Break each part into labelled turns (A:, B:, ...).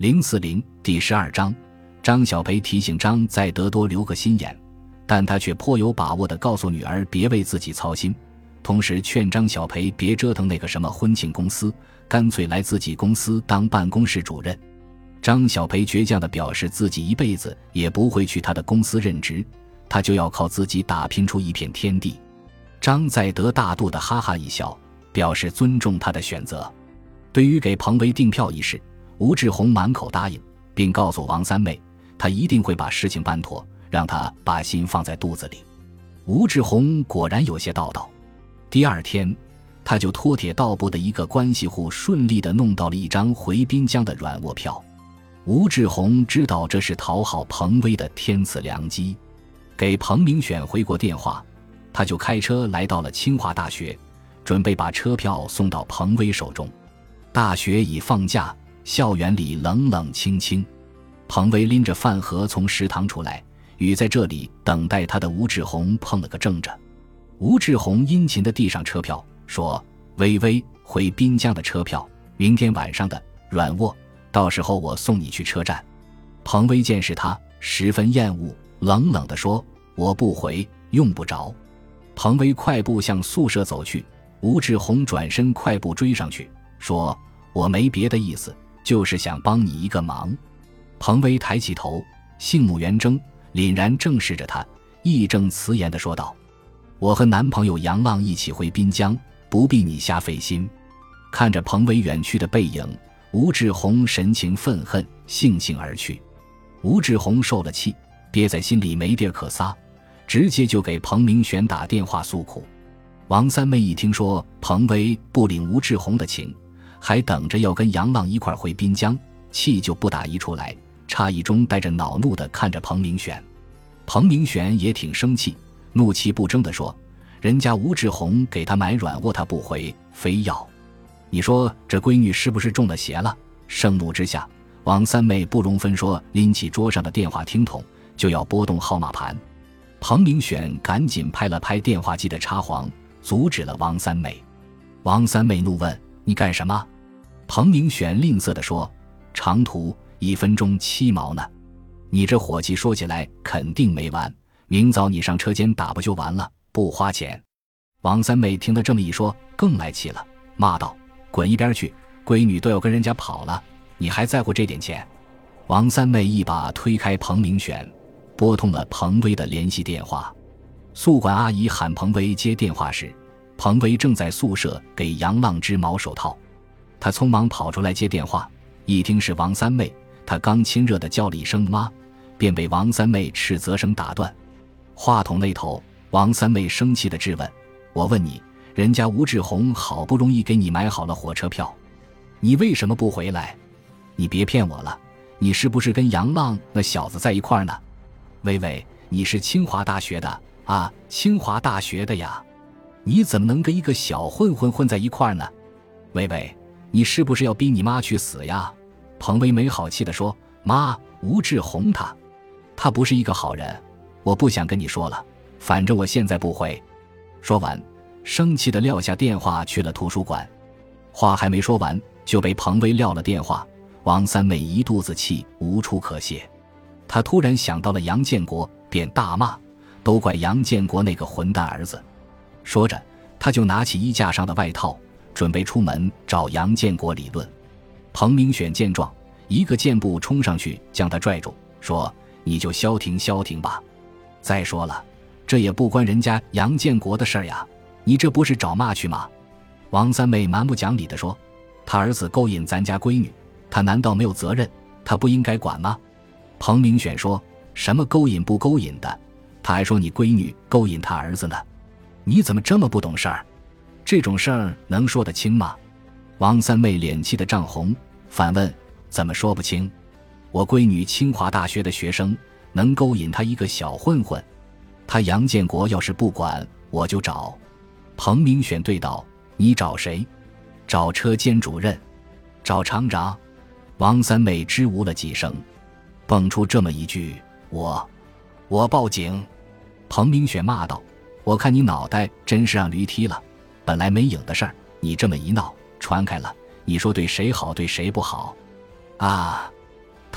A: 040第12章，张小培提醒张再德多留个心眼，但他却颇有把握地告诉女儿别为自己操心，同时劝张小培别折腾那个什么婚庆公司，干脆来自己公司当办公室主任。张小培倔强地表示自己一辈子也不会去他的公司任职，他就要靠自己打拼出一片天地。张再德大度地哈哈一笑，表示尊重他的选择。对于给彭威订票一事，吴志红满口答应，并告诉王三妹他一定会把事情办妥，让他把心放在肚子里。吴志红果然有些叨叨。第二天他就拖铁道部的一个关系户顺利地弄到了一张回滨江的软卧票。吴志红知道这是讨好彭威的天赐良机，给彭明选回过电话，他就开车来到了清华大学，准备把车票送到彭威手中。大学已放假，校园里冷冷清清。彭威拎着饭盒从食堂出来，与在这里等待他的吴志红碰了个正着。吴志红殷勤地递上车票，说：微微回滨江的车票，明天晚上的软卧，到时候我送你去车站。彭威见是他，十分厌恶，冷冷地说：我不回，用不着。彭威快步向宿舍走去，吴志红转身快步追上去，说：我没别的意思，就是想帮你一个忙。彭威抬起头，杏目圆睁，凛然正视着他，义正辞严地说道：我和男朋友杨浪一起回滨江，不必你瞎费心。看着彭威远去的背影，吴志红神情愤恨，悻悻而去。吴志红受了气，憋在心里没地儿可撒，直接就给彭明选打电话诉苦。王三妹一听说彭威不领吴志红的情，还等着要跟杨浪一块回滨江，气就不打一处来，诧异中带着恼怒地看着彭明选。彭明选也挺生气，怒气不争地说：人家吴志红给他买软卧他不回，非要你说这闺女是不是中了邪了？盛怒之下，王三妹不容分说，拎起桌上的电话听筒就要拨动号码盘。彭明选赶紧拍了拍电话机的插簧，阻止了王三妹。王三妹怒问：你干什么？彭明选吝啬地说：长途1分钟7毛呢，你这火气说起来肯定没完，明早你上车间打不就完了，不花钱。王三妹听他这么一说，更来气了，骂道：滚一边去，闺女都要跟人家跑了，你还在乎这点钱？王三妹一把推开彭明选，拨通了彭威的联系电话。宿管阿姨喊彭威接电话时，彭威正在宿舍给杨浪织毛手套。他匆忙跑出来接电话，一听是王三妹，他刚亲热地叫了一声妈，便被王三妹斥责声打断。话筒那头，王三妹生气地质问：我问你，人家吴志红好不容易给你买好了火车票，你为什么不回来？你别骗我了，你是不是跟杨浪那小子在一块儿呢？薇薇，你是清华大学的啊？清华大学的呀，你怎么能跟一个小混混混在一块儿呢？薇薇，你是不是要逼你妈去死呀？彭威没好气地说：妈，吴志红他不是一个好人，我不想跟你说了，反正我现在不回。说完，生气地撂下电话去了图书馆。话还没说完，就被彭威撂了电话。王三妹一肚子气无处可泄，她突然想到了杨建国，便大骂：都怪杨建国那个混蛋儿子。说着，他就拿起衣架上的外套，准备出门找杨建国理论。彭明选见状，一个箭步冲上去将他拽住，说：你就消停消停吧，再说了，这也不关人家杨建国的事儿呀，你这不是找骂去吗？王三妹蛮不讲理地说：他儿子勾引咱家闺女，他难道没有责任？他不应该管吗？彭明选说：什么勾引不勾引的？他还说你闺女勾引他儿子呢，你怎么这么不懂事儿？这种事儿能说得清吗？王三妹脸气得涨红，反问：怎么说不清？我闺女清华大学的学生，能勾引她一个小混混？他杨建国要是不管，我就找。彭明选对道：你找谁？找车间主任？找厂长？王三妹支吾了几声，蹦出这么一句：我报警。彭明选骂道：我看你脑袋真是让驴踢了，本来没影的事儿，你这么一闹，传开了，你说对谁好对谁不好啊？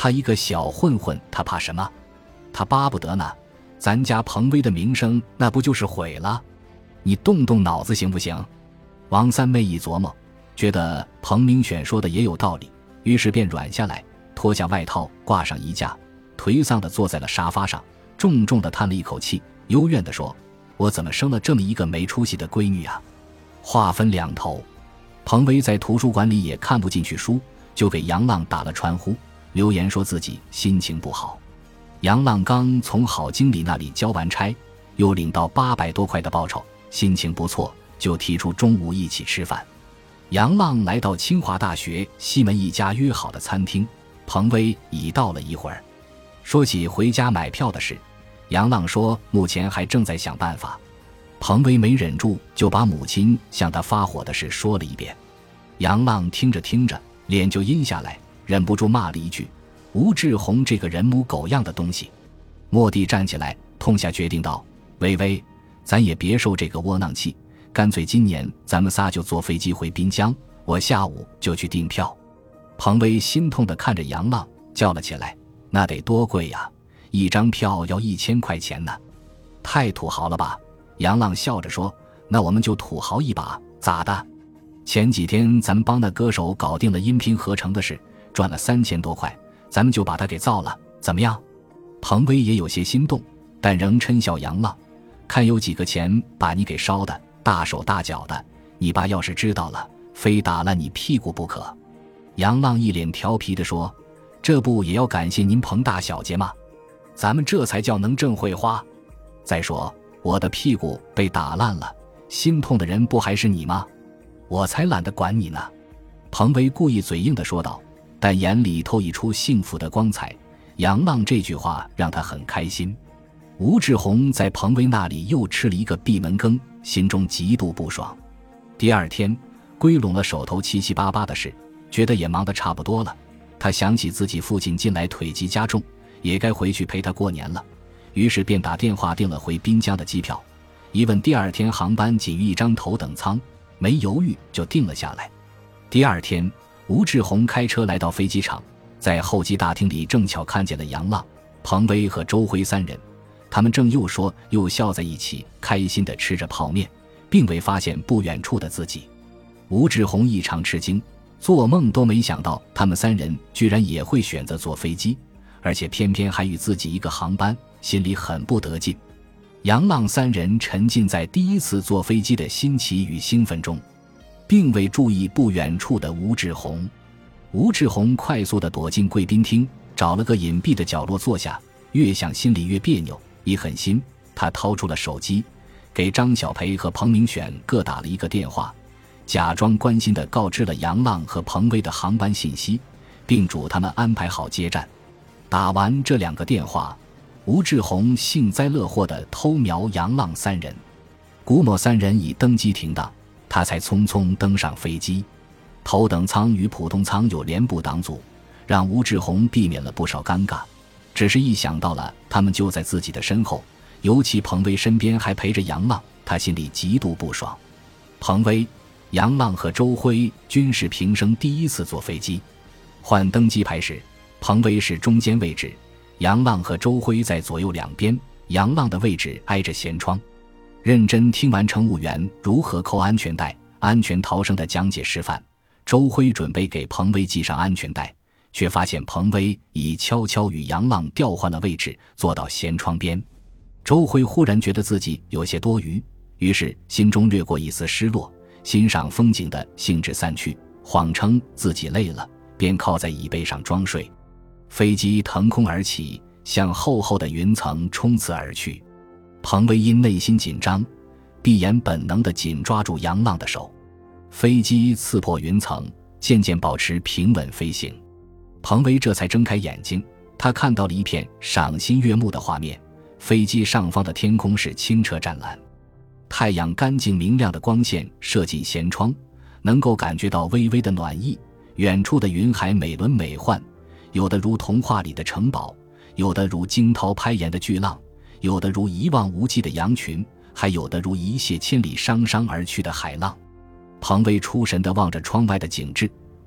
A: 他一个小混混，他怕什么？他巴不得呢，咱家彭威的名声那不就是毁了？你动动脑子行不行？王三妹一琢磨，觉得彭明选说的也有道理，于是便软下来，脱下外套，挂上衣架，颓丧地坐在了沙发上，重重地叹了一口气，幽怨地说：我怎么生了这么一个没出息的闺女啊？话分两头，彭威在图书馆里也看不进去书，就给杨浪打了传呼，留言说自己心情不好。杨浪刚从郝经理那里交完差，又领到800多块的报酬，心情不错，就提出中午一起吃饭。杨浪来到清华大学西门一家约好的餐厅，彭威已到了一会儿。说起回家买票的事，杨浪说目前还正在想办法。彭威没忍住，就把母亲向他发火的事说了一遍。杨浪听着听着，脸就阴下来，忍不住骂了一句：吴志宏这个人模狗样的东西。谟地站起来，痛下决定道：微微，咱也别受这个窝囊气，干脆今年咱们仨就坐飞机回滨江，我下午就去订票。彭威心痛地看着杨浪，叫了起来：那得多贵呀，一张票要1000块钱呢，太土豪了吧？杨浪笑着说：那我们就土豪一把，咋的？前几天咱们帮那歌手搞定了音频合成的事，赚了3000多块，咱们就把它给造了，怎么样？彭威也有些心动，但仍嗔笑杨浪：看有几个钱把你给烧的大手大脚的，你爸要是知道了，非打烂你屁股不可。杨浪一脸调皮地说：这不也要感谢您彭大小姐吗？咱们这才叫能挣会花。再说我的屁股被打烂了，心痛的人不还是你吗？我才懒得管你呢。彭威故意嘴硬地说道，但眼里透一出幸福的光彩。杨浪这句话让他很开心。吴志宏在彭威那里又吃了一个闭门羹，心中极度不爽。第二天归拢了手头七七八八的事，觉得也忙得差不多了。他想起自己父亲近来腿疾加重，也该回去陪他过年了，于是便打电话订了回滨江的机票。一问第二天航班仅余一张头等舱，没犹豫就定了下来。第二天吴志宏开车来到飞机场，在候机大厅里正巧看见了杨浪、彭威和周辉3人，他们正又说又笑在一起，开心地吃着泡面，并未发现不远处的自己。吴志宏异常吃惊，做梦都没想到他们3人居然也会选择坐飞机，而且偏偏还与自己一个航班，心里很不得劲。杨浪3人沉浸在第一次坐飞机的新奇与兴奋中，并未注意不远处的吴志宏。吴志宏快速地躲进贵宾厅，找了个隐蔽的角落坐下，越想心里越别扭。一狠心，他掏出了手机，给张小培和彭明选各打了一个电话，假装关心地告知了杨浪和彭威的航班信息，并嘱他们安排好接站。打完这2个电话，吴志宏幸灾乐祸地偷瞄杨浪3人，估摸3人已登机停当，他才匆匆登上飞机。头等舱与普通舱有连部挡阻，让吴志宏避免了不少尴尬。只是一想到了他们就在自己的身后，尤其彭威身边还陪着杨浪，他心里极度不爽。彭威、杨浪和周辉均是平生第一次坐飞机。换登机牌时，彭威是中间位置，杨浪和周辉在左右两边，杨浪的位置挨着舷窗。认真听完乘务员如何扣安全带、安全逃生的讲解示范，周辉准备给彭威系上安全带，却发现彭威已悄悄与杨浪调换了位置，坐到舷窗边。周辉忽然觉得自己有些多余，于是心中掠过一丝失落，欣赏风景的兴致散去，谎称自己累了，便靠在椅背上装睡。飞机腾空而起，向厚厚的云层冲刺而去。彭威因内心紧张，闭眼本能地紧抓住杨浪的手。飞机刺破云层，渐渐保持平稳飞行。彭威这才睁开眼睛，他看到了一片赏心悦目的画面。飞机上方的天空是清澈湛蓝，太阳干净明亮的光线射进舷窗，能够感觉到微微的暖意。远处的云海美轮美奂，有的如童话里的城堡，有的如惊涛拍岩的巨浪，有的如一望无际的羊群，还有的如一泻千里汤汤而去的海浪。彭威出神地望着窗外的景致，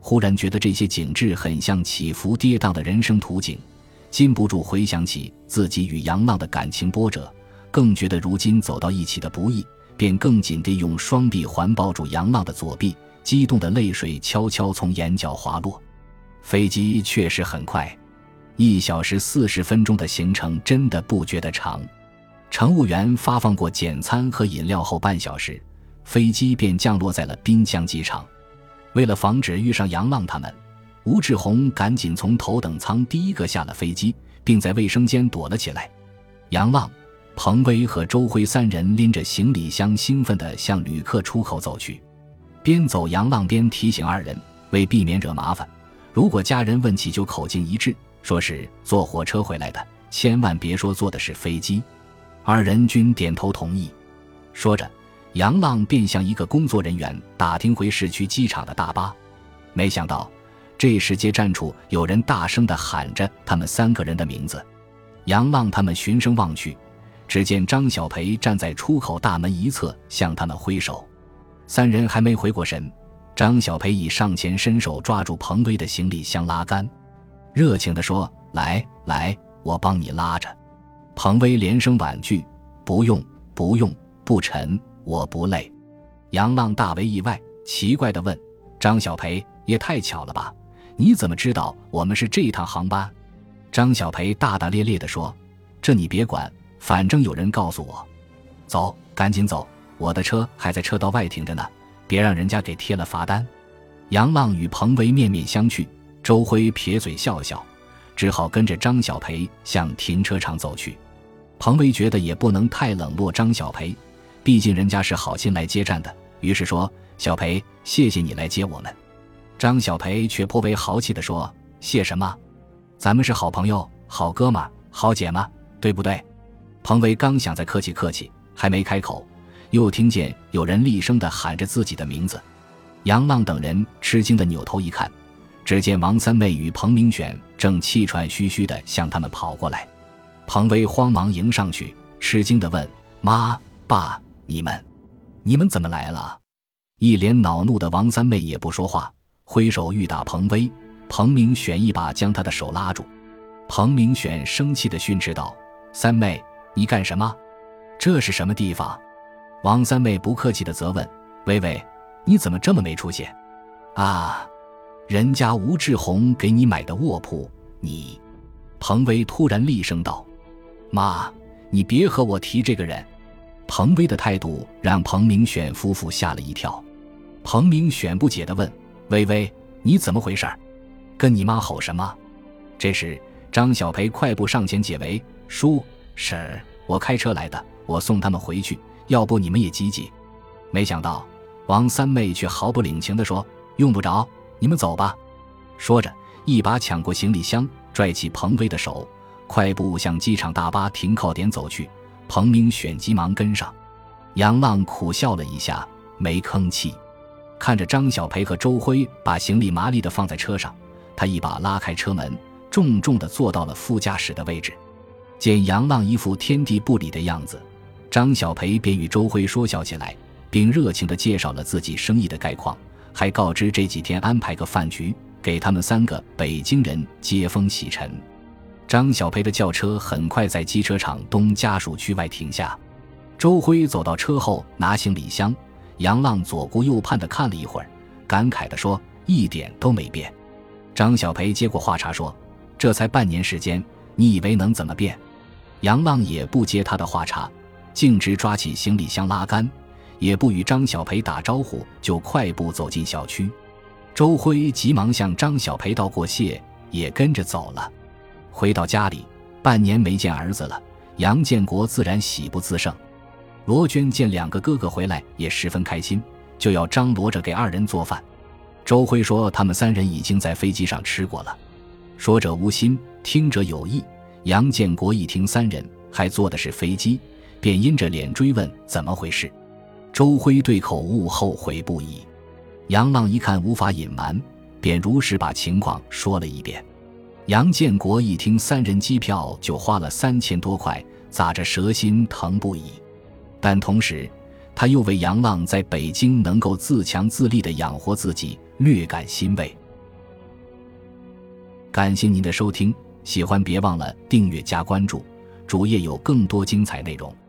A: 忽然觉得这些景致很像起伏跌宕的人生图景，禁不住回想起自己与杨浪的感情波折，更觉得如今走到一起的不易，便更紧地用双臂环抱住杨浪的左臂，激动的泪水悄悄从眼角滑落。飞机确实很快，1小时40分钟的行程真的不觉得长。乘务员发放过简餐和饮料后半小时，飞机便降落在了滨江机场。为了防止遇上杨浪他们，吴志宏赶紧从头等舱第一个下了飞机，并在卫生间躲了起来。杨浪、彭威和周辉3人拎着行李箱兴奋地向旅客出口走去。边走杨浪边提醒2人，为避免惹麻烦，如果家人问起就口径一致，说是坐火车回来的，千万别说坐的是飞机。2人均点头同意。说着，杨浪便向一个工作人员打听回市区机场的大巴。没想到这时接站处有人大声地喊着他们3个人的名字。杨浪他们循声望去，只见张小培站在出口大门一侧向他们挥手。3人还没回过神，张小培已上前伸手抓住彭威的行李箱拉杆，热情地说：来来，我帮你拉着。彭威连声婉拒：不用不用，不沉，我不累。杨浪大为意外，奇怪地问：张小培，也太巧了吧，你怎么知道我们是这趟航班？张小培大大咧咧地说：这你别管，反正有人告诉我。走，赶紧走，我的车还在车道外停着呢，别让人家给贴了罚单。杨浪与彭威面面相觑，周辉撇嘴笑笑，只好跟着张小培向停车场走去。彭威觉得也不能太冷落张小培，毕竟人家是好心来接站的，于是说：小培，谢谢你来接我们。张小培却颇为豪气地说：谢什么，咱们是好朋友、好哥们、好姐们，对不对？彭威刚想再客气客气，还没开口，又听见有人厉声地喊着自己的名字。杨浪等人吃惊地扭头一看，只见王三妹与彭明选正气喘吁吁地向他们跑过来。彭威慌忙迎上去，吃惊地问：妈爸，你们怎么来了？一脸恼怒的王三妹也不说话，挥手欲打彭威，彭明选一把将他的手拉住。彭明选生气地训斥道：三妹，你干什么？这是什么地方？王三妹不客气地责问：薇薇，你怎么这么没出息啊？人家吴志宏给你买的卧铺，你……彭威突然厉声道：妈，你别和我提这个人。彭威的态度让彭明选夫妇吓了一跳。彭明选不解地问：薇薇，你怎么回事？跟你妈吼什么？这时张小培快步上前解围：叔婶儿，我开车来的，我送他们回去，要不你们也挤挤。没想到王三妹却毫不领情地说：用不着，你们走吧。说着一把抢过行李箱，拽起彭威的手，快步向机场大巴停靠点走去。彭明选急忙跟上。杨浪苦笑了一下，没吭气，看着张小培和周辉把行李麻利地放在车上，他一把拉开车门，重重地坐到了副驾驶的位置。见杨浪一副天地不理的样子，张小培便与周辉说笑起来，并热情地介绍了自己生意的概况，还告知这几天安排个饭局，给他们3个北京人接风洗尘。张小培的轿车很快在机车厂东家属区外停下。周辉走到车后拿行李箱，杨浪左顾右盼地看了一会儿，感慨地说：一点都没变。张小培接过话茬说：这才半年时间，你以为能怎么变？杨浪也不接他的话茬，径直抓起行李箱拉杆，也不与张小培打招呼，就快步走进小区。周辉急忙向张小培道过谢，也跟着走了。回到家里，半年没见儿子了，杨建国自然喜不自胜。罗娟见2个哥哥回来也十分开心，就要张罗着给2人做饭。周辉说他们3人已经在飞机上吃过了。说者无心，听者有意，杨建国一听3人还坐的是飞机，便阴着脸追问怎么回事。周辉对口误，后悔不已。杨浪一看无法隐瞒，便如实把情况说了一遍。杨建国一听3人机票就花了3000多块，咋着舌心疼不已。但同时他又为杨浪在北京能够自强自立地养活自己略感欣慰。 感谢您的收听，喜欢别忘了订阅加关注，主页有更多精彩内容。